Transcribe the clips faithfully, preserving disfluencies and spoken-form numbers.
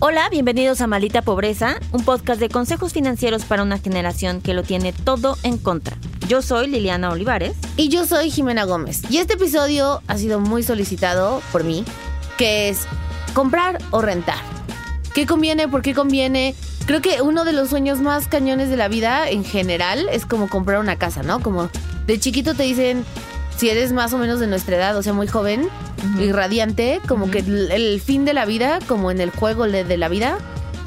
Hola, bienvenidos a Maldita Pobreza, un podcast de consejos financieros para una generación que lo tiene todo en contra. Yo soy Liliana Olivares. Y yo soy Jimena Gómez. Y este episodio ha sido muy solicitado por mí, que es comprar o rentar. ¿Qué conviene? ¿Por qué conviene? Creo que uno de los sueños más cañones de la vida en general es como comprar una casa, ¿no? Como de chiquito te dicen, si eres más o menos de nuestra edad, o sea, muy joven uh-huh. y radiante, como uh-huh. que el, el fin de la vida, como en el juego de la vida,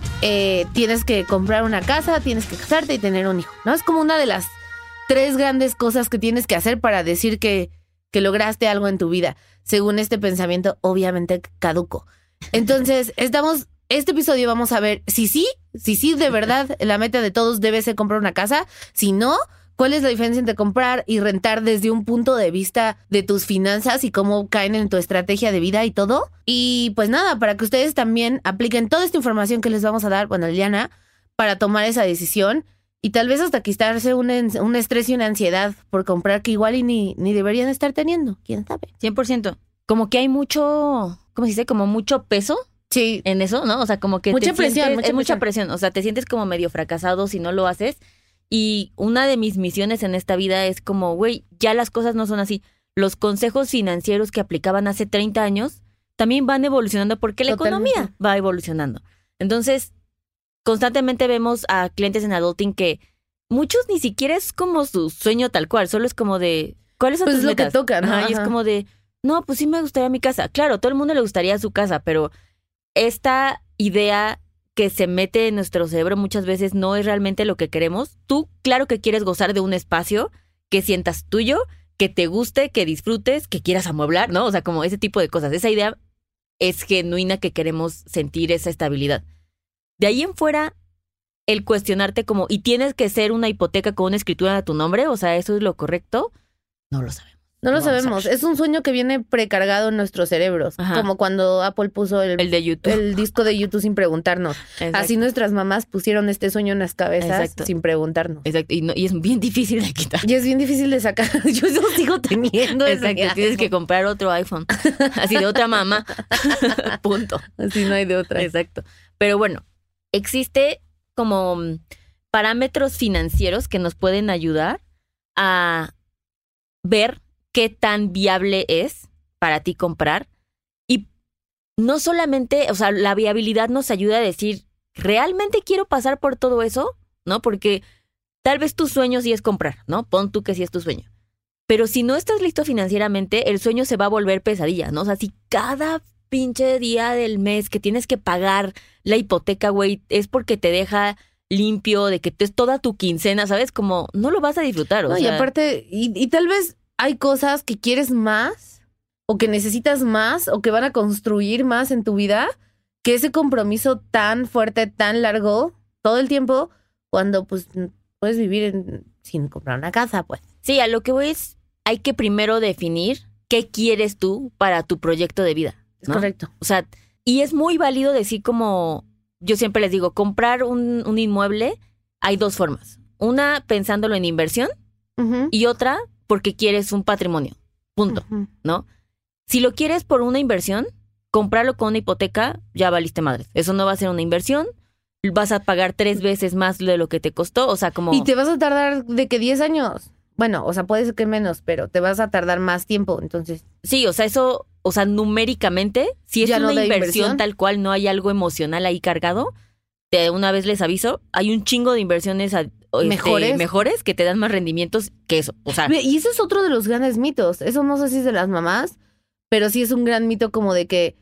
eh, tienes que comprar una casa, tienes que casarte y tener un hijo, ¿no? Es como una de las tres grandes cosas que tienes que hacer para decir que, que lograste algo en tu vida, según este pensamiento obviamente caduco. Entonces, estamos... Este episodio vamos a ver si sí, si sí de verdad la meta de todos debe ser comprar una casa. Si no, ¿cuál es la diferencia entre comprar y rentar desde un punto de vista de tus finanzas y cómo caen en tu estrategia de vida y todo? Y pues nada, para que ustedes también apliquen toda esta información que les vamos a dar, bueno, Liliana, para tomar esa decisión y tal vez hasta quitarse un, un estrés y una ansiedad por comprar que igual y ni, ni deberían estar teniendo. ¿Quién sabe? cien por ciento. Como que hay mucho, ¿cómo se dice? Como mucho peso. Sí. En eso, ¿no? O sea, como que mucha te presión, sientes, mucha, es mucha presión. presión. O sea, te sientes como medio fracasado si no lo haces. Y una de mis misiones en esta vida es como, güey, ya las cosas no son así. Los consejos financieros que aplicaban hace treinta años también van evolucionando porque la Totalmente. economía va evolucionando. Entonces, constantemente vemos a clientes en adulting que muchos ni siquiera es como su sueño tal cual. Solo es como de, ¿cuáles son pues tus lo metas? Que toca, ¿no? Ajá, y es como de, no, pues sí me gustaría mi casa. Claro, todo el mundo le gustaría su casa, pero esta idea que se mete en nuestro cerebro muchas veces no es realmente lo que queremos. Tú, claro que quieres gozar de un espacio que sientas tuyo, que te guste, que disfrutes, que quieras amueblar, ¿no? O sea, como ese tipo de cosas. Esa idea es genuina, que queremos sentir esa estabilidad. De ahí en fuera, el cuestionarte como, ¿y tienes que ser una hipoteca con una escritura a tu nombre? O sea, ¿eso es lo correcto? No lo sabemos. No lo sabemos. Es un sueño que viene precargado en nuestros cerebros. Ajá. Como cuando Apple puso el, el, de YouTube. el disco de YouTube sin preguntarnos. Exacto. Así nuestras mamás pusieron este sueño en las cabezas Exacto. sin preguntarnos. Exacto. Y, no, y es bien difícil de quitar. Y es bien difícil de sacar. Yo lo sigo teniendo. Exacto. Tienes que comprar otro iPhone. Así de otra mamá. Punto. Así no hay de otra. Exacto. Pero bueno, existe como parámetros financieros que nos pueden ayudar a ver qué tan viable es para ti comprar. Y no solamente, o sea, la viabilidad nos ayuda a decir, ¿realmente quiero pasar por todo eso? ¿No? Porque tal vez tu sueño sí es comprar, ¿no? Pon tú que sí es tu sueño. Pero si no estás listo financieramente, el sueño se va a volver pesadilla, ¿no? O sea, si cada pinche día del mes que tienes que pagar la hipoteca, güey, es porque te deja limpio, de que es toda tu quincena, ¿sabes? Como no lo vas a disfrutar, o no, sea. Y aparte, y, y tal vez hay cosas que quieres más o que necesitas más o que van a construir más en tu vida que ese compromiso tan fuerte, tan largo, todo el tiempo, cuando pues puedes vivir en, sin comprar una casa, pues. Sí, a lo que voy es, hay que primero definir qué quieres tú para tu proyecto de vida, ¿no? Es correcto. O sea, y es muy válido decir como, yo siempre les digo, comprar un, un inmueble, hay dos formas. Una, pensándolo en inversión uh-huh. y otra, porque quieres un patrimonio, punto, uh-huh. ¿no? Si lo quieres por una inversión, comprarlo con una hipoteca, ya valiste madre. Eso no va a ser una inversión, vas a pagar tres veces más de lo que te costó, o sea, como... Y te vas a tardar de que diez años. Bueno, o sea, puede ser que menos, pero te vas a tardar más tiempo, entonces... Sí, o sea, eso, o sea, numéricamente, si es ya una no inversión, inversión tal cual, no hay algo emocional ahí cargado, de una vez les aviso, hay un chingo de inversiones a, mejores. Este, mejores que te dan más rendimientos que eso. O sea, y ese es otro de los grandes mitos. Eso no sé si es de las mamás, pero sí es un gran mito como de que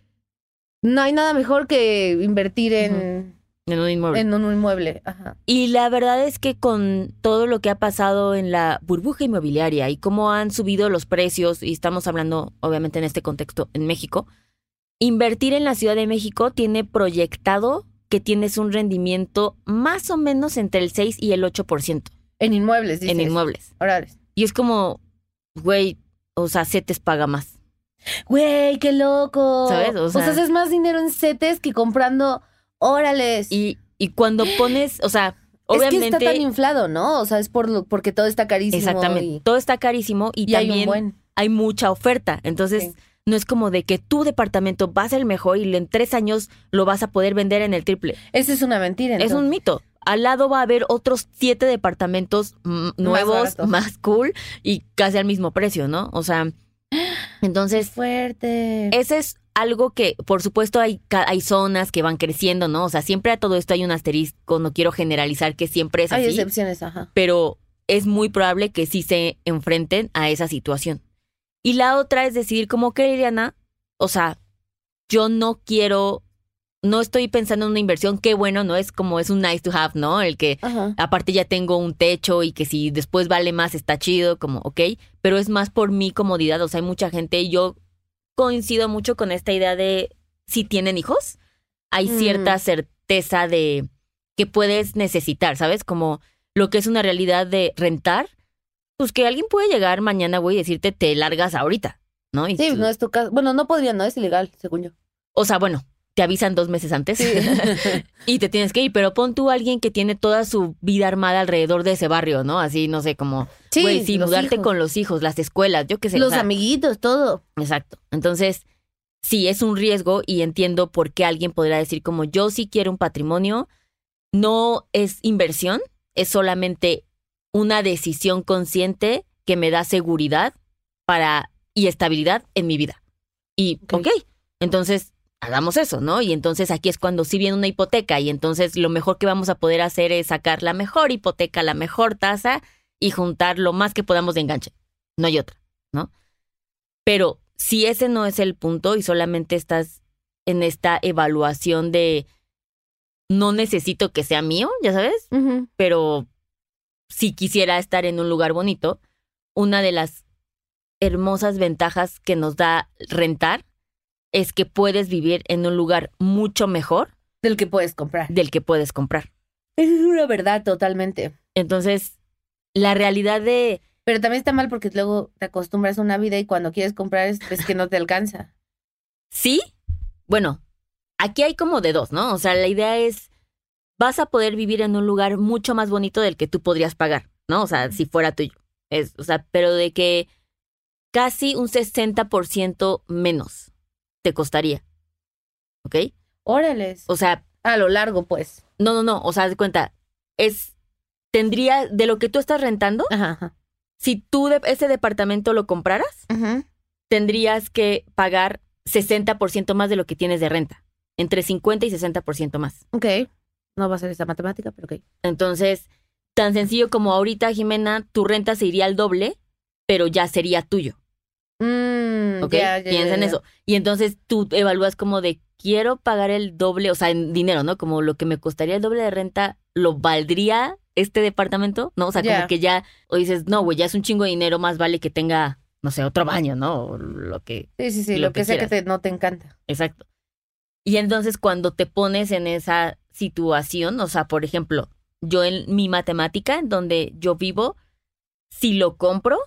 no hay nada mejor que invertir en, uh-huh. en un inmueble. En un inmueble. Ajá. Y la verdad es que con todo lo que ha pasado en la burbuja inmobiliaria y cómo han subido los precios, y estamos hablando obviamente en este contexto en México, invertir en la Ciudad de México tiene proyectado que tienes un rendimiento más o menos entre el seis y el ocho por ciento. En inmuebles, dices. En inmuebles. Órale. Y es como, güey, o sea, CETES paga más. Güey, qué loco. ¿Sabes? O sea, o sea, haces más dinero en CETES que comprando órales. Y, y cuando pones, o sea, obviamente... Es que está tan inflado, ¿no? O sea, es por lo, porque todo está carísimo. Exactamente. Y, todo está carísimo y, y también hay, un buen. hay mucha oferta. Entonces... Sí. no es como de que tu departamento va a ser el mejor y en tres años lo vas a poder vender en el triple. Esa es una mentira, entonces. Es un mito. Al lado va a haber otros siete departamentos m- nuevos, más, más cool y casi al mismo precio, ¿no? O sea, entonces... Qué fuerte. Ese es algo que, por supuesto, hay, hay zonas que van creciendo, ¿no? O sea, siempre a todo esto hay un asterisco, no quiero generalizar que siempre es así. Hay excepciones, ajá. Pero es muy probable que sí se enfrenten a esa situación. Y la otra es decidir como que, Liliana, o sea, yo no quiero, no estoy pensando en una inversión, qué bueno, ¿no? Es como, es un nice to have, ¿no? El que Ajá. aparte ya tengo un techo y que si después vale más está chido, como, ok, pero es más por mi comodidad, o sea, hay mucha gente y yo coincido mucho con esta idea de si tienen hijos, hay Mm. cierta certeza de que puedes necesitar, ¿sabes? Como lo que es una realidad de rentar, pues que alguien puede llegar mañana, güey, y decirte te largas ahorita, ¿no? Y Sí, tú- no es tu caso. Bueno, no podría, no es ilegal, según yo. O sea, bueno, te avisan dos meses antes Sí. y te tienes que ir, pero pon tú a alguien que tiene toda su vida armada alrededor de ese barrio, ¿no? Así, no sé, como, Sí, güey, sí, los mudarte hijos. con los hijos, las escuelas, yo qué sé. o Los sea, amiguitos, todo. Exacto. Entonces, sí, es un riesgo y entiendo por qué alguien podrá decir como yo sí quiero un patrimonio, no es inversión, es solamente una decisión consciente que me da seguridad para y estabilidad en mi vida. Y, Ok. ok, entonces hagamos eso, ¿no? Y entonces aquí es cuando sí viene una hipoteca y entonces lo mejor que vamos a poder hacer es sacar la mejor hipoteca, la mejor tasa y juntar lo más que podamos de enganche. No hay otra, ¿no? Pero si ese no es el punto y solamente estás en esta evaluación de no necesito que sea mío, ya sabes, Ujú. pero si quisiera estar en un lugar bonito, una de las hermosas ventajas que nos da rentar es que puedes vivir en un lugar mucho mejor Del que puedes comprar. del que puedes comprar. Esa es una verdad, totalmente. Entonces, la realidad de... Pero también está mal porque luego te acostumbras a una vida y cuando quieres comprar es, es que no te alcanza. Sí, bueno, aquí hay como de dos, ¿no? O sea, la idea es, vas a poder vivir en un lugar mucho más bonito del que tú podrías pagar, ¿no? O sea, si fuera tuyo. Es, o sea, pero de que casi un sesenta por ciento menos te costaría, ¿ok? Órales. O sea, A lo largo, pues. no, no, no, o sea, haz de cuenta, es, tendría, de lo que tú estás rentando, Ajá, ajá. si tú de, ese departamento lo compraras, Ujú. tendrías que pagar sesenta por ciento más de lo que tienes de renta, entre cincuenta y sesenta por ciento más. Ok. No va a ser esa matemática, pero ok. Entonces, tan sencillo como ahorita, Jimena, tu renta se iría al doble, pero ya sería tuyo, Mm, ¿ok? ya, ya, Piensa ya, en ya. eso. Y entonces tú evalúas como de, quiero pagar el doble, o sea, en dinero, ¿no? Como lo que me costaría el doble de renta, ¿lo valdría este departamento? ¿No? O sea, Ya. como que ya, o dices, no, güey, ya es un chingo de dinero, más vale que tenga, no sé, otro baño, ¿no? O lo que... Sí, sí, sí. Lo Lo, que que, sea que quieras. te, no te encanta. Exacto. Y entonces cuando te pones en esa situación, o sea, por ejemplo, yo en mi matemática, en donde yo vivo, si lo compro,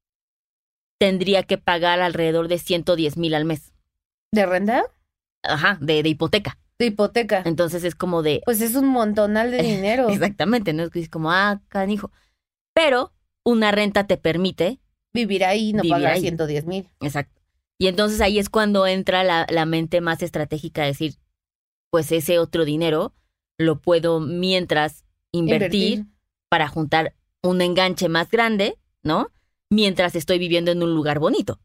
tendría que pagar alrededor de ciento diez mil al mes. ¿De renta? Ajá, de, de hipoteca. De hipoteca. Entonces es como de... Pues es un montonal de dinero. Exactamente, ¿no? Es que es como, ah, canijo. Pero una renta te permite... Vivir ahí y no Vivir pagar ahí. ciento diez mil. Exacto. Y entonces ahí es cuando entra la, la mente más estratégica de decir, pues ese otro dinero lo puedo mientras invertir, para juntar un enganche más grande, ¿no? Mientras estoy viviendo en un lugar bonito.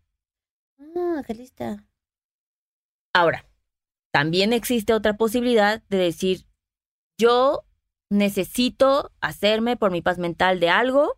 Ah, qué lista. Ahora, también existe otra posibilidad de decir, yo necesito hacerme por mi paz mental de algo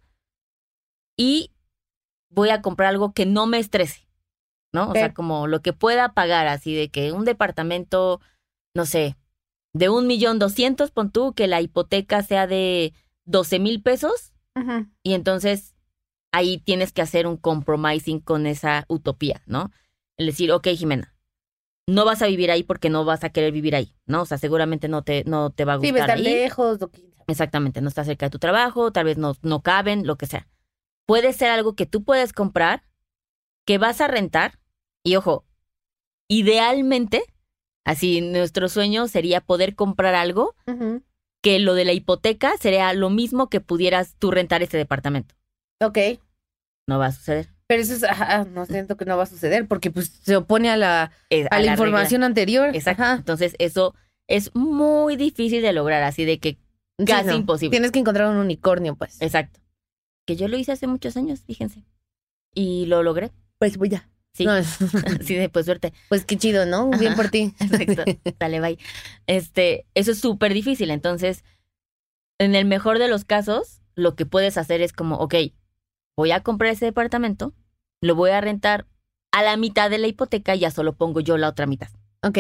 y voy a comprar algo que no me estrese, ¿no? O Ok. sea, como lo que pueda pagar, así de que un departamento, no sé, de un millón doscientos, pon tú, que la hipoteca sea de doce mil pesos, Ujú. y entonces ahí tienes que hacer un compromising con esa utopía, ¿no? El decir, ok, Jimena, no vas a vivir ahí porque no vas a querer vivir ahí, ¿no? O sea, seguramente no te, no te va a Sí, gustar va a estar ahí. lejos. Lo que... Exactamente, no está cerca de tu trabajo, tal vez no, no caben, lo que sea. Puede ser algo que tú puedes comprar, que vas a rentar, y ojo, idealmente, así nuestro sueño sería poder comprar algo Ujú. que lo de la hipoteca sería lo mismo que pudieras tú rentar ese departamento. Ok. No va a suceder. Pero eso es, ajá, no siento que no va a suceder porque pues se opone a la, Es- a la la información regla. anterior. Exacto. Ajá. Entonces, eso es muy difícil de lograr, así de que Sí, casi no. imposible. Tienes que encontrar un unicornio, pues. Exacto. Que yo lo hice hace muchos años, fíjense. Y lo logré. Pues voy ya. Sí. No, Así de pues suerte. pues qué chido, ¿no? Bien Ajá. por ti. Exacto. Dale, bye. Este, eso es súper difícil. Entonces, en el mejor de los casos, lo que puedes hacer es como, ok, voy a comprar ese departamento, lo voy a rentar a la mitad de la hipoteca y ya solo pongo yo la otra mitad. Ok.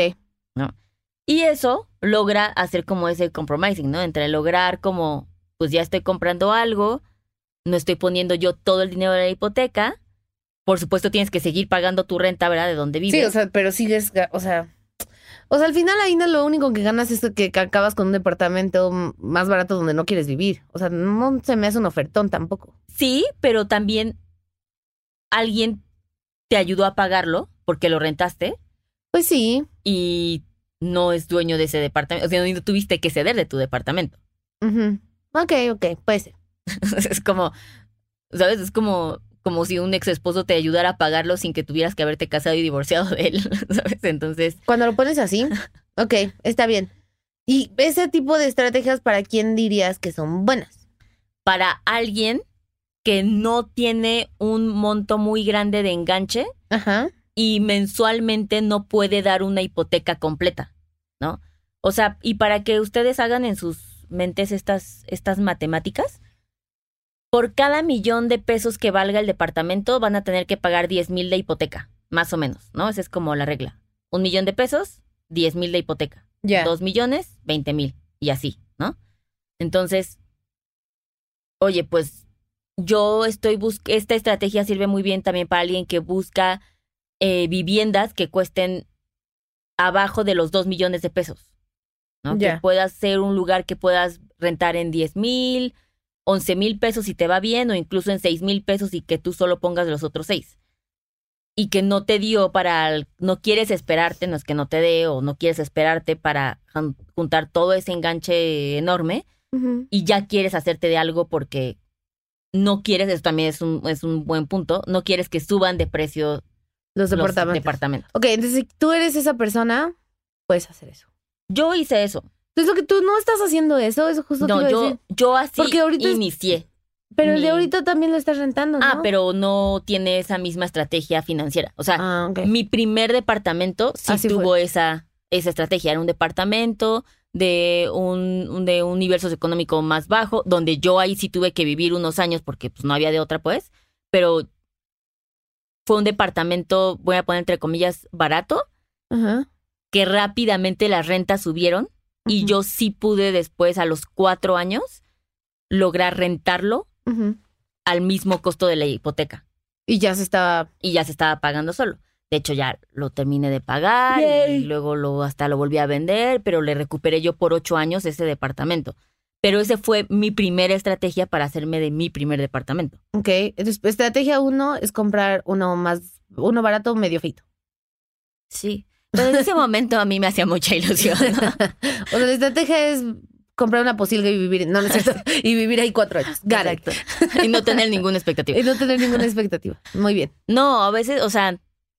Y eso logra hacer como ese compromising, ¿no? Entre lograr como, pues ya estoy comprando algo, no estoy poniendo yo todo el dinero de la hipoteca. Por supuesto tienes que seguir pagando tu renta, ¿verdad? De donde vives. Sí, o sea, pero sigues, ga- o sea, o sea, al final ahí no lo único que ganas es que que acabas con un departamento m- más barato donde no quieres vivir. O sea, no se me hace un ofertón tampoco. Sí, pero también alguien te ayudó a pagarlo porque lo rentaste Pues sí. y no es dueño de ese departamento. O sea, no tuviste que ceder de tu departamento. Ujú. Ok, ok, puede ser. Es como, ¿sabes? Es como, como si un ex esposo te ayudara a pagarlo sin que tuvieras que haberte casado y divorciado de él, ¿sabes? Entonces, Cuando lo pones así, ok, está bien. Y ese tipo de estrategias, ¿para quién dirías que son buenas? para alguien que no tiene un monto muy grande de enganche Ajá. y mensualmente no puede dar una hipoteca completa, ¿no? O sea, y para que ustedes hagan en sus mentes estas, estas matemáticas, por cada millón de pesos que valga el departamento van a tener que pagar diez mil de hipoteca, más o menos, ¿no? Esa es como la regla. Un millón de pesos, diez mil de hipoteca. Ya. Dos millones, veinte mil. Y así, ¿no? Entonces, oye, pues yo estoy buscando, esta estrategia sirve muy bien también para alguien que busca eh, viviendas que cuesten abajo de los dos millones de pesos, ¿no? Ya. Que puedas ser un lugar que puedas rentar en diez mil, once mil pesos si te va bien, o incluso en seis mil pesos y que tú solo pongas los otros seis. Y que no te dio para, el- no quieres esperarte, no es que no te dé, o no quieres esperarte para jun- juntar todo ese enganche enorme Ujú. y ya quieres hacerte de algo porque no quieres, eso también es un, es un buen punto, no quieres que suban de precio Los los departamentos. departamentos. Ok, entonces si tú eres esa persona, puedes hacer eso. Yo hice eso. Entonces lo que tú no estás haciendo eso, eso justo te No, iba a yo, decir. yo así Porque ahorita es- inicié. Pero el de mi- ahorita también lo estás rentando, ¿no? Ah, pero no tiene esa misma estrategia financiera. O sea, Ah, ok. mi primer departamento sí Así tuvo fue. esa, esa estrategia. Era un departamento de un, un- de un nivel socioeconómico más bajo, donde yo ahí sí tuve que vivir unos años porque pues no había de otra, pues. Pero fue un departamento, voy a poner entre comillas, barato, Ajá. que rápidamente las rentas subieron y Ujú. yo sí pude después, a los cuatro años, lograr rentarlo Ujú. al mismo costo de la hipoteca. Y ya se estaba... Y ya se estaba pagando solo. De hecho, ya lo terminé de pagar Yay. y luego lo, hasta lo volví a vender, pero le recuperé yo por ocho años ese departamento. Pero ese fue mi primera estrategia para hacerme de mi primer departamento. Ok, entonces estrategia uno es comprar uno más, uno barato medio feito. Sí. Pero en ese momento a mí me hacía mucha ilusión, ¿no? O sea, la estrategia es comprar una posilga y vivir, no, no es cierto, y vivir ahí cuatro años. Got it. Exacto. Y no tener ninguna expectativa. Y no tener ninguna expectativa. Muy bien. No, a veces, o sea,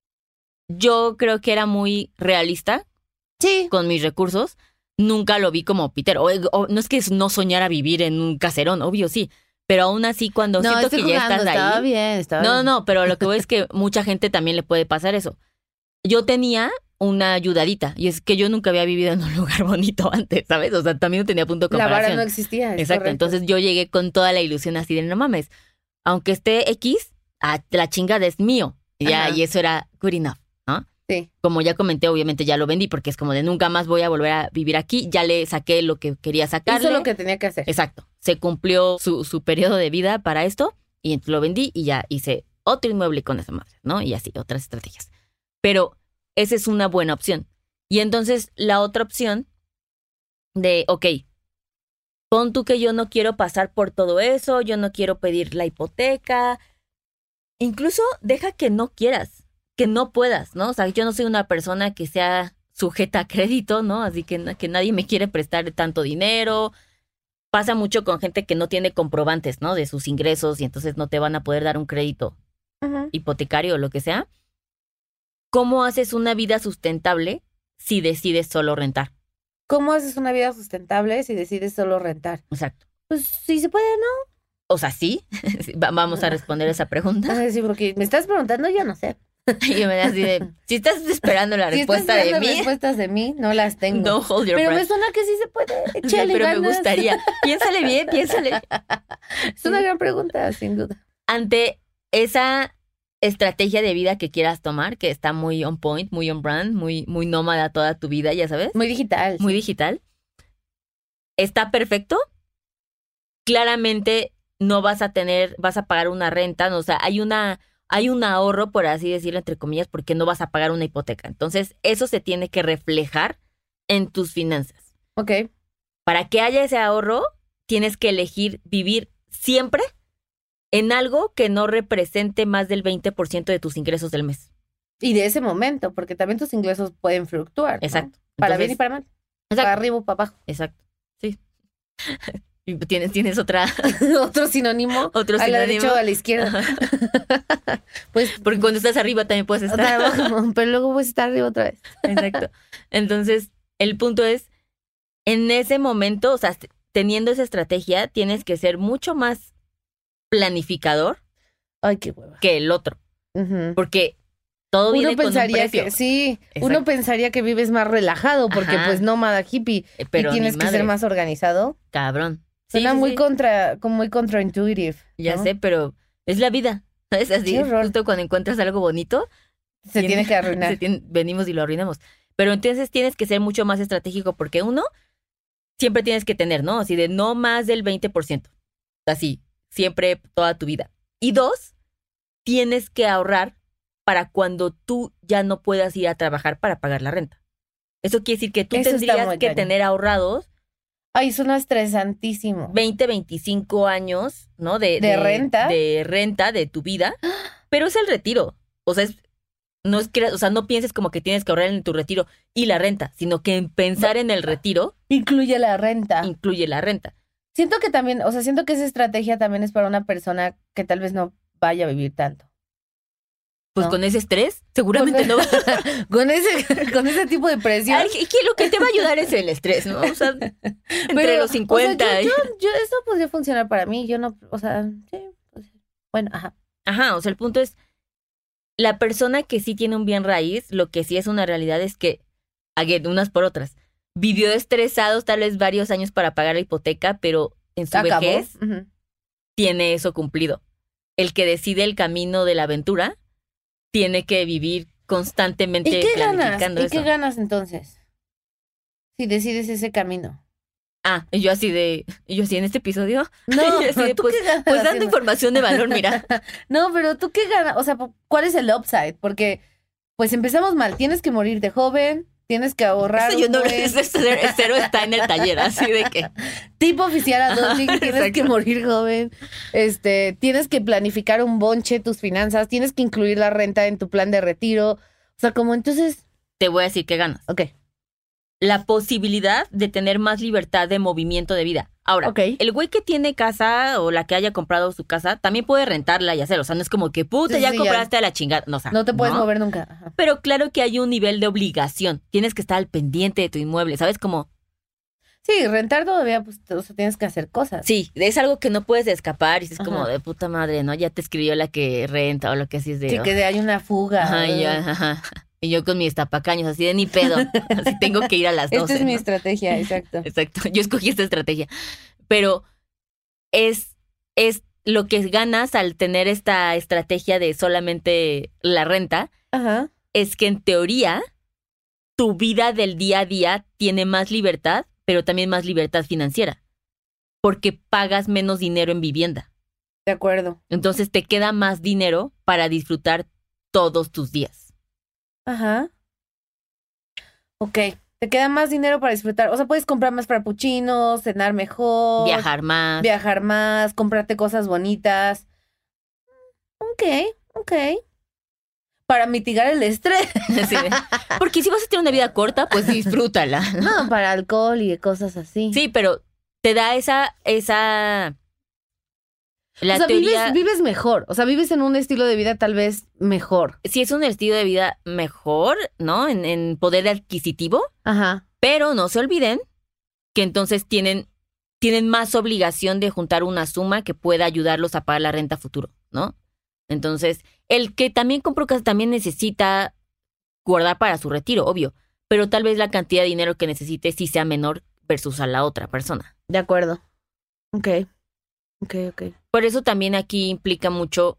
yo creo que era muy realista Sí. con mis recursos. Nunca lo vi como Peter. O, o- no es que no soñara vivir en un caserón, obvio sí. Pero aún así, cuando No, siento estoy que ya jugando, estás estaba ahí. bien, estaba No, no, bien. no, pero lo que voy es que mucha gente también le puede pasar eso. Yo tenía una ayudadita, y es que yo nunca había vivido en un lugar bonito antes, ¿sabes? O sea, también no tenía punto de La comparación. vara no existía. es Exacto, correcto. entonces yo llegué con toda la ilusión así de no mames, aunque esté X, ah, la chingada es mío. Y ya, Ajá. y eso era good enough, ¿no? Sí. Como ya comenté, obviamente ya lo vendí porque es como de nunca más voy a volver a vivir aquí. Ya le saqué lo que quería sacarle. Hizo lo que tenía que hacer. Exacto. Se cumplió su, su periodo de vida para esto y entonces lo vendí y ya hice otro inmueble con esa madre, ¿no? Y así, otras estrategias. Pero esa es una buena opción. Y entonces la otra opción de, ok, pon tú que yo no quiero pasar por todo eso, yo no quiero pedir la hipoteca. Incluso deja que no quieras, que no puedas, ¿no? O sea, yo no soy una persona que sea sujeta a crédito, ¿no? Así que, que nadie me quiere prestar tanto dinero. Pasa mucho con gente que no tiene comprobantes, ¿no? De sus ingresos y entonces no te van a poder dar un crédito Ujú. hipotecario o lo que sea, ¿cómo haces una vida sustentable si decides solo rentar? ¿Cómo haces una vida sustentable si decides solo rentar? Exacto. Pues sí se puede, ¿no? O sea, sí, Va- vamos a responder esa pregunta. Sí, porque me estás preguntando, yo no sé. Y yo me da así de, si estás esperando la Si estás respuesta de esperando mí, respuestas de mí, no las tengo. don't hold your Pero me breath. suena que sí se puede. O sea, Échale pero me ganas. gustaría. Piénsale bien, piénsale bien. Es una gran pregunta, sin duda. Ante esa estrategia de vida que quieras tomar, que está muy on point, muy on brand, muy, muy nómada toda tu vida, ya sabes, Muy digital. muy digital, está perfecto. Claramente no vas a tener, vas a pagar una renta, no, o sea, hay una, hay un ahorro, por así decirlo, entre comillas, porque no vas a pagar una hipoteca. Entonces, eso se tiene que reflejar en tus finanzas. Ok. Para que haya ese ahorro, tienes que elegir vivir siempre en algo que no represente más del veinte por ciento de tus ingresos del mes. Y de ese momento, porque también tus ingresos pueden fluctuar, ¿no? Exacto. Para Entonces, bien y para mal. exacto. Para arriba o para abajo. Exacto. Sí. Y tienes, tienes otra, Otro sinónimo. otro A la sinónimo. derecha o a la izquierda. Pues Porque cuando estás arriba también puedes estar abajo, pero luego puedes estar arriba otra vez. Exacto. Entonces, el punto es, en ese momento, o sea, teniendo esa estrategia, tienes que ser mucho más planificador Ay, qué hueva. que el otro. Ujú. Porque todo Uno viene con un pensaría precio. que, sí, Exacto. uno pensaría que vives más relajado porque Ajá. pues nómada hippie Eh, Pero y tienes ni que madre, ser más organizado. cabrón. Sí, Suena sí, muy sí. contra, como muy contraintuitive. Ya ¿no? sé, pero es la vida. ¿Sabes? Así, Qué horror. justo cuando encuentras algo bonito, Se tiene- tiene que arruinar. se tiene- venimos y lo arruinamos. Pero entonces tienes que ser mucho más estratégico porque uno, siempre tienes que tener, ¿no? Así de no más del veinte por ciento. Así, siempre, toda tu vida. Y dos, tienes que ahorrar para cuando tú ya no puedas ir a trabajar para pagar la renta. Eso quiere decir que tú Eso está tendrías muy que cañón. tener ahorrados Ay, suena estresantísimo. veinte, veinticinco años, ¿no? De, ¿De renta? De renta de tu vida. Pero es el retiro. O sea, es, no es que, o sea, no pienses como que tienes que ahorrar en tu retiro y la renta, sino que en pensar en el retiro Incluye la renta. incluye la renta. Siento que también, o sea, siento que esa estrategia también es para una persona que tal vez no vaya a vivir tanto. Pues No. con ese estrés, seguramente no. Con ese, con ese tipo de presión. Ay, que lo que te va a ayudar es el estrés, ¿no? O sea, entre Pero, los cincuenta. o sea, yo, y- yo, yo- eso podría funcionar para mí. Yo no, o sea, sí, pues, bueno, ajá. Ajá, o sea, el punto es, la persona que sí tiene un bien raíz, lo que sí es una realidad es que, again, unas por otras, vivió estresados tal vez varios años para pagar la hipoteca, pero en su Acabó. vejez Ujú. tiene eso cumplido. El que decide el camino de la aventura tiene que vivir constantemente ¿Y qué ganas? planificando ¿Y eso. qué ganas entonces? Si decides ese camino. Ah, y yo así de, y yo así en este episodio, No, Y así de, ¿tú pues, qué ganas pues dando haciendo? información de valor, mira. No, pero tú qué ganas, o sea, ¿cuál es el upside? Porque, pues empezamos mal, tienes que morir de joven, tienes que ahorrar. Eso yo un no, buen- ese cero, cero está en el taller, así de que, Tipo oficial adulting, Ajá, tienes que exacto. morir joven, este, tienes que planificar un bonche tus finanzas, tienes que incluir la renta en tu plan de retiro. O sea, como entonces, te voy a decir que ganas. ok, La posibilidad de tener más libertad de movimiento de vida. Ahora, Ok. el güey que tiene casa o la que haya comprado su casa también puede rentarla y hacer. O sea, no es como que puta, Sí, ya sí, compraste a la chingada. No, o sea, no te puedes mover nunca. Ajá. Pero claro que hay un nivel de obligación. Tienes que estar al pendiente de tu inmueble, ¿sabes? Como, Sí, rentar todavía, pues, o sea, tienes que hacer cosas. sí, es algo que no puedes escapar y es como Ajá. de puta madre, ¿no? Ya te escribió la que renta o lo que así es de... Sí, que de- hay una fuga. Ajá, y yo, ajá. Y yo con mis tapacaños, así de ni pedo. Así tengo que ir a las doce. Esta es mi ¿no? estrategia, exacto. Exacto, yo escogí esta estrategia. Pero es, es lo que ganas al tener esta estrategia de solamente la renta, Ajá. es que en teoría tu vida del día a día tiene más libertad, pero también más libertad financiera, porque pagas menos dinero en vivienda. De acuerdo. Entonces te queda más dinero para disfrutar todos tus días. Ajá. Ok. Te queda más dinero para disfrutar. O sea, puedes comprar más frappuccinos, cenar mejor. Viajar más. Viajar más, comprarte cosas bonitas. Ok, ok. Para mitigar el estrés. Así de- porque si vas a tener una vida corta, pues disfrútala. No, para alcohol y cosas así. Sí, pero te da esa, esa, La o sea, teoría, vives, vives mejor. O sea, vives en un estilo de vida tal vez mejor. sí es un estilo de vida mejor, ¿no? En, en poder adquisitivo, Ajá. pero no se olviden que entonces tienen, tienen más obligación de juntar una suma que pueda ayudarlos a pagar la renta futuro, ¿no? Entonces, el que también compró casa también necesita guardar para su retiro, obvio, pero tal vez la cantidad de dinero que necesite sí sea menor versus a la otra persona. De acuerdo. Ok. Ok, ok. Por eso también aquí implica mucho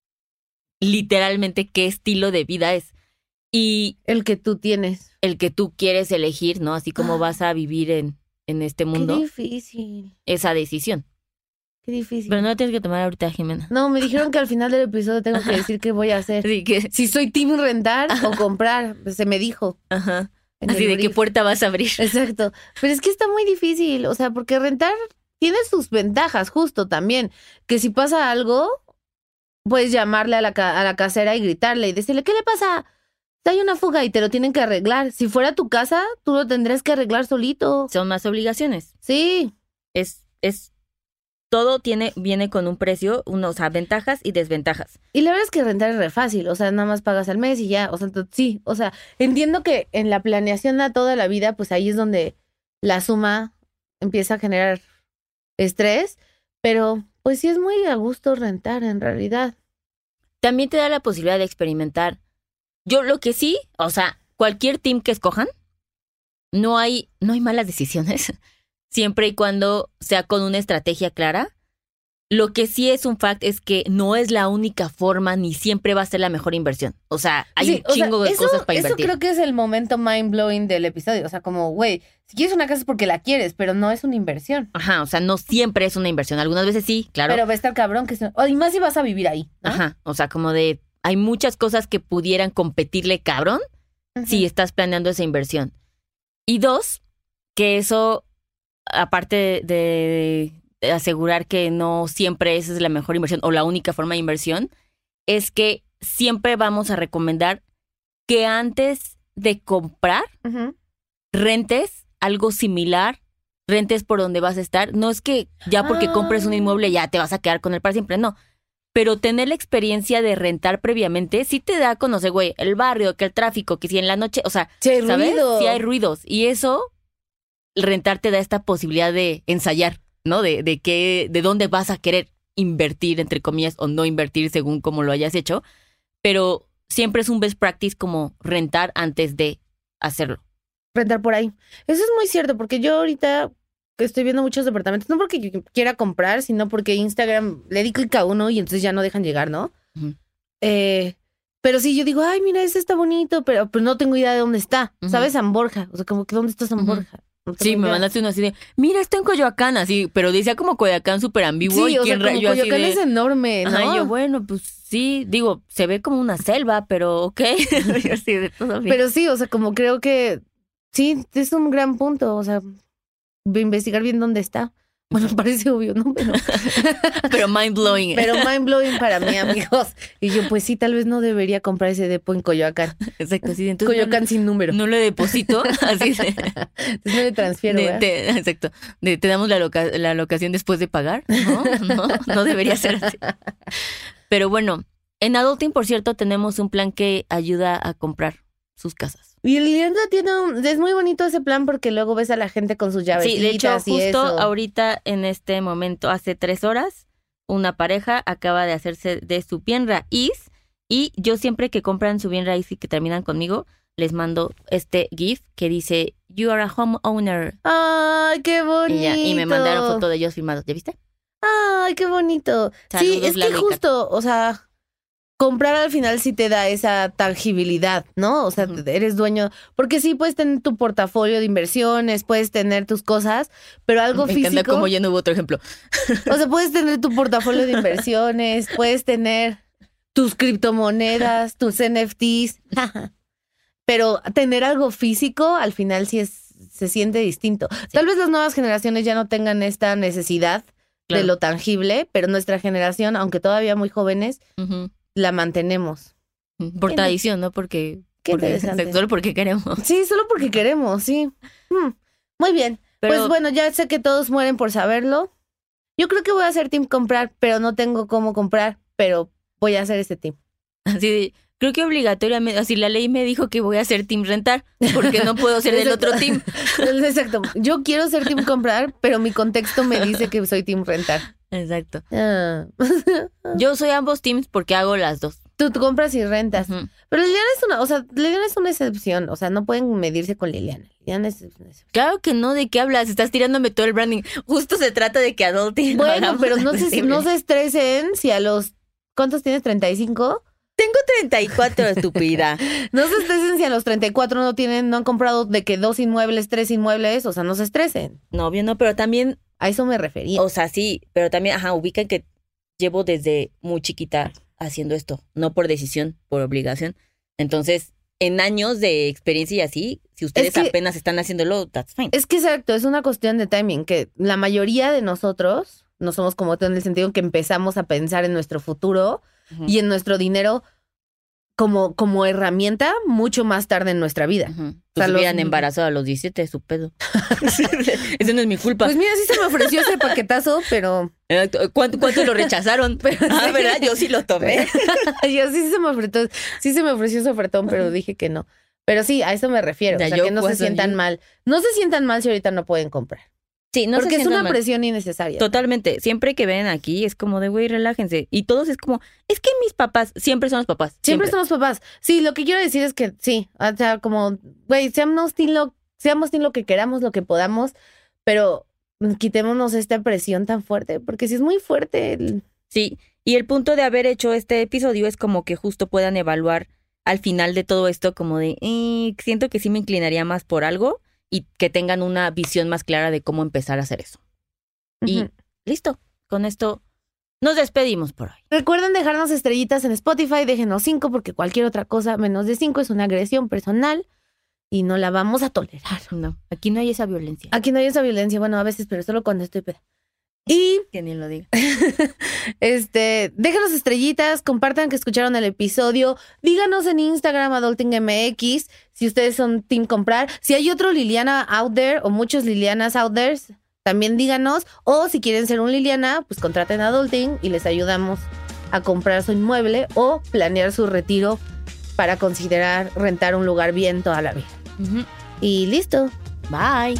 literalmente qué estilo de vida es y El que tú tienes. el que tú quieres elegir, ¿no? Así como vas a vivir en, en este mundo, Qué difícil. esa decisión. Qué difícil. Pero no la tienes que tomar ahorita, Jimena. No, me dijeron que al final del episodio tengo que decir qué voy a hacer. Así que, Si soy team rentar o comprar. Pues se me dijo. ajá. en Así el de qué brief. puerta vas a abrir. Exacto. Pero es que está muy difícil. O sea, porque rentar tiene sus ventajas, justo también. Que si pasa algo, puedes llamarle a la, ca- a la casera y gritarle y decirle, ¿qué le pasa? Hay una fuga y te lo tienen que arreglar. Si fuera tu casa, tú lo tendrías que arreglar solito. Son más obligaciones. Sí. Es, es, todo tiene, viene con un precio, unos, o sea, ventajas y desventajas. Y la verdad es que rentar es re fácil, o sea, nada más pagas al mes y ya, o sea, t- sí, o sea, entiendo que en la planeación a toda la vida, pues ahí es donde la suma empieza a generar estrés, pero pues sí es muy a gusto rentar en realidad. También te da la posibilidad de experimentar. Yo lo que sí, o sea, cualquier team que escojan, no hay, no hay malas decisiones, siempre y cuando sea con una estrategia clara. Lo que sí es un fact es que no es la única forma ni siempre va a ser la mejor inversión. O sea, hay Sí, un o sea, chingo de eso- cosas para Eso invertir. creo que es el momento mind blowing del episodio, o sea, como, güey, si quieres una casa es porque la quieres, pero no es una inversión. Ajá, o sea, no siempre es una inversión. Algunas veces sí, claro. Pero va a estar cabrón que se... oh, y más si vas a vivir ahí, ¿no? Ajá, o sea, como de, hay muchas cosas que pudieran competirle cabrón Ujú. si estás planeando esa inversión. Y dos, que eso, aparte de, de- de asegurar que no siempre esa es la mejor inversión o la única forma de inversión, es que siempre vamos a recomendar que antes de comprar, Ujú. rentes algo similar, rentes por donde vas a estar. No es que ya porque Ah. compres un inmueble ya te vas a quedar con él para siempre, no. Pero tener la experiencia de rentar previamente sí te da a conocer, güey, el barrio, que el tráfico, que si en la noche, o sea, Sí hay ¿sabes? ruido. Sí hay ruidos. Y eso, rentar te da esta posibilidad de ensayar, ¿no? De, de qué, de dónde vas a querer invertir, entre comillas, o no invertir según como lo hayas hecho. Pero siempre es un best practice como rentar antes de hacerlo. Rentar por ahí. Eso es muy cierto, porque yo ahorita estoy viendo muchos departamentos, no porque yo quiera comprar, sino porque Instagram le di clic a uno y entonces ya no dejan llegar, ¿no? Ujú. Eh, pero sí, yo digo, ay, mira, este está bonito, pero pues no tengo idea de dónde está. Ujú. ¿Sabes? San Borja. O sea, como que ¿dónde está San Ujú. Borja? No tengo Sí, me idea. mandaste uno así de, mira, está en Coyoacán, así, pero decía como Coyoacán súper ambiguo. Sí, y o sea, quién como ra- yo así Coyoacán de, es enorme, ¿no? ajá, yo, bueno, pues sí, digo, se ve como una selva, pero ok. Yo así de todo bien. Pero sí, o sea, como creo que sí, es un gran punto, o sea, de investigar bien dónde está. Bueno, parece obvio, ¿no? Pero, Pero mind blowing. pero mind blowing para mí, amigos. Y yo, pues sí, tal vez no debería comprar ese depo en Coyoacán. Exacto, sí, entonces Coyoacán sin número. no, no le deposito, así de, Entonces no le transfiero, de- ¿verdad? te- exacto, de, te damos la, loca, la locación después de pagar, ¿no? No, no debería ser así. Pero bueno, en Adulting, por cierto, tenemos un plan que ayuda a comprar sus casas. Y el Liliana tiene un... Es muy bonito ese plan porque luego ves a la gente con sus llavecitas Sí, de hecho, y justo eso. ahorita, en este momento, hace tres horas, una pareja acaba de hacerse de su bien raíz y yo siempre que compran su bien raíz y que terminan conmigo, les mando este GIF que dice, you are a homeowner. ¡Ay, qué bonito! Y, ya, y me mandaron foto de ellos firmados. ¿Ya viste? ¡Ay, qué bonito! sí, Saludos, es que Lalo y Kat. justo, o sea, comprar al final sí te da esa tangibilidad, ¿no? O sea, Ujú. eres dueño, porque sí puedes tener tu portafolio de inversiones, puedes tener tus cosas, pero algo Me encanta físico, como ya no hubo otro ejemplo. o sea, puedes tener tu portafolio de inversiones, puedes tener tus criptomonedas, tus N F Ts, pero tener algo físico al final sí es se siente distinto. Tal vez las nuevas generaciones ya no tengan esta necesidad Claro. de lo tangible, pero nuestra generación, aunque todavía muy jóvenes, Ujú. la mantenemos. Por Qué tradición, ¿no? Porque, Qué porque interesante. solo porque queremos. Sí, solo porque queremos, sí. Hmm, Muy bien. Pero Pues bueno, ya sé que todos mueren por saberlo. yo creo que voy a hacer team comprar, pero no tengo cómo comprar, pero voy a hacer este team. Así de, creo que obligatoriamente, así la ley me dijo que voy a hacer team rentar, porque no puedo ser del otro team. Exacto. Yo quiero ser team comprar, pero mi contexto me dice que soy team rentar. Exacto. Ah. Yo soy ambos teams porque hago las dos. Tú, tú compras y rentas. Uh-huh. Pero Liliana es una, o sea, Liliana es una excepción. O sea, no pueden medirse con Liliana. Liliana es una excepción. Claro que no, ¿de qué hablas? Estás tirándome todo el branding. Justo se trata de que adulting. Bueno, pero no se, no se estresen si a los... ¿Cuántos tienes? ¿treinta y cinco? Tengo treinta y cuatro, estúpida. No se estresen si a los treinta y cuatro no tienen, no han comprado de que dos inmuebles, tres inmuebles. O sea, no se estresen. No, obvio no, pero también... A eso me refería. O sea, sí, pero también, ajá, ubican que llevo desde muy chiquita haciendo esto. No por decisión, por obligación. Entonces, en años de experiencia y así, si ustedes Es que- apenas están haciéndolo, that's fine. Es que exacto, es una cuestión de timing, que la mayoría de nosotros no somos como tú en el sentido que empezamos a pensar en nuestro futuro Ujú. y en nuestro dinero como, como herramienta mucho más tarde en nuestra vida. Ujú. O Pues sea, se los- hubieran embarazado a los diecisiete, su pedo. Eso no es mi culpa. Pues mira, sí se me ofreció ese paquetazo, pero Exacto. ¿Cuánto, cuánto lo rechazaron? Ah, sí. ¿verdad? Yo sí lo tomé. yo sí se me ofreció, sí se me ofreció ese ofertón, pero dije que no. Pero sí, a eso me refiero. Ya, o sea, yo que no se cuando sientan yo- mal. No se sientan mal si ahorita no pueden comprar. Sí, no porque se es una sientan mal. presión innecesaria. Totalmente. Siempre que ven aquí es como de, güey, relájense. Y todos es como, es que mis papás, siempre son los papás. Siempre son los papás. Sí, lo que quiero decir es que sí, o sea, como, güey, seamos team lo, seamos team lo que queramos, lo que podamos, pero quitémonos esta presión tan fuerte, porque sí es muy fuerte. el- Sí, y el punto de haber hecho este episodio es como que justo puedan evaluar al final de todo esto como de, eh, siento que sí me inclinaría más por algo y que tengan una visión más clara de cómo empezar a hacer eso. Y Ujú. listo, con esto nos despedimos por hoy. Recuerden dejarnos estrellitas en Spotify, déjenos cinco, porque cualquier otra cosa menos de cinco es una agresión personal y no la vamos a tolerar. No, aquí no hay esa violencia. Aquí no hay esa violencia, bueno, a veces, pero solo cuando estoy peda. Y Que ni lo diga. este, déjanos estrellitas, compartan que escucharon el episodio, díganos en Instagram AdultingMX si ustedes son team comprar, si hay otro Liliana out there o muchos Lilianas out there, también díganos, o si quieren ser un Liliana, pues contraten a Adulting y les ayudamos a comprar su inmueble o planear su retiro para considerar rentar un lugar bien toda la vida. Ujú. Y listo. Bye.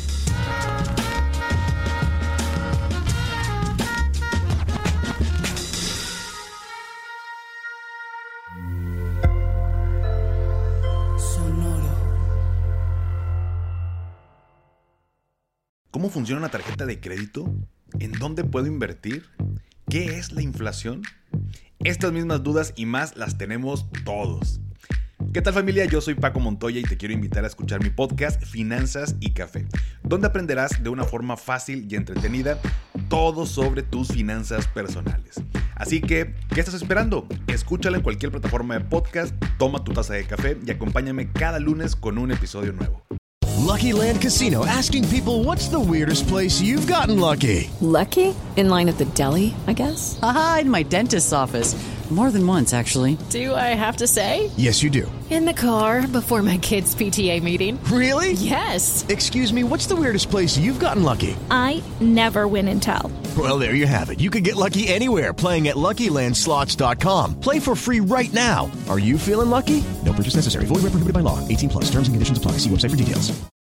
¿Cómo funciona una tarjeta de crédito? ¿En dónde puedo invertir? ¿Qué es la inflación? Estas mismas dudas y más las tenemos todos. ¿Qué tal, familia? Yo soy Paco Montoya y te quiero invitar a escuchar mi podcast Finanzas y Café, donde aprenderás de una forma fácil y entretenida todo sobre tus finanzas personales. Así que, ¿qué estás esperando? Escúchala en cualquier plataforma de podcast, toma tu taza de café y acompáñame cada lunes con un episodio nuevo. Lucky Land Casino, asking people, what's the weirdest place you've gotten lucky? Lucky? In line at the deli, I guess? Aha, in my dentist's office. More than once, actually. Do I have to say? Yes, you do. In the car before my kids' P T A meeting. Really? Yes. Excuse me, what's the weirdest place you've gotten lucky? I never win and tell. Well, there you have it. You can get lucky anywhere, playing at Lucky Land Slots dot com. Play for free right now. Are you feeling lucky? No purchase necessary. Void where prohibited by law. eighteen plus. Terms and conditions apply. See website for details.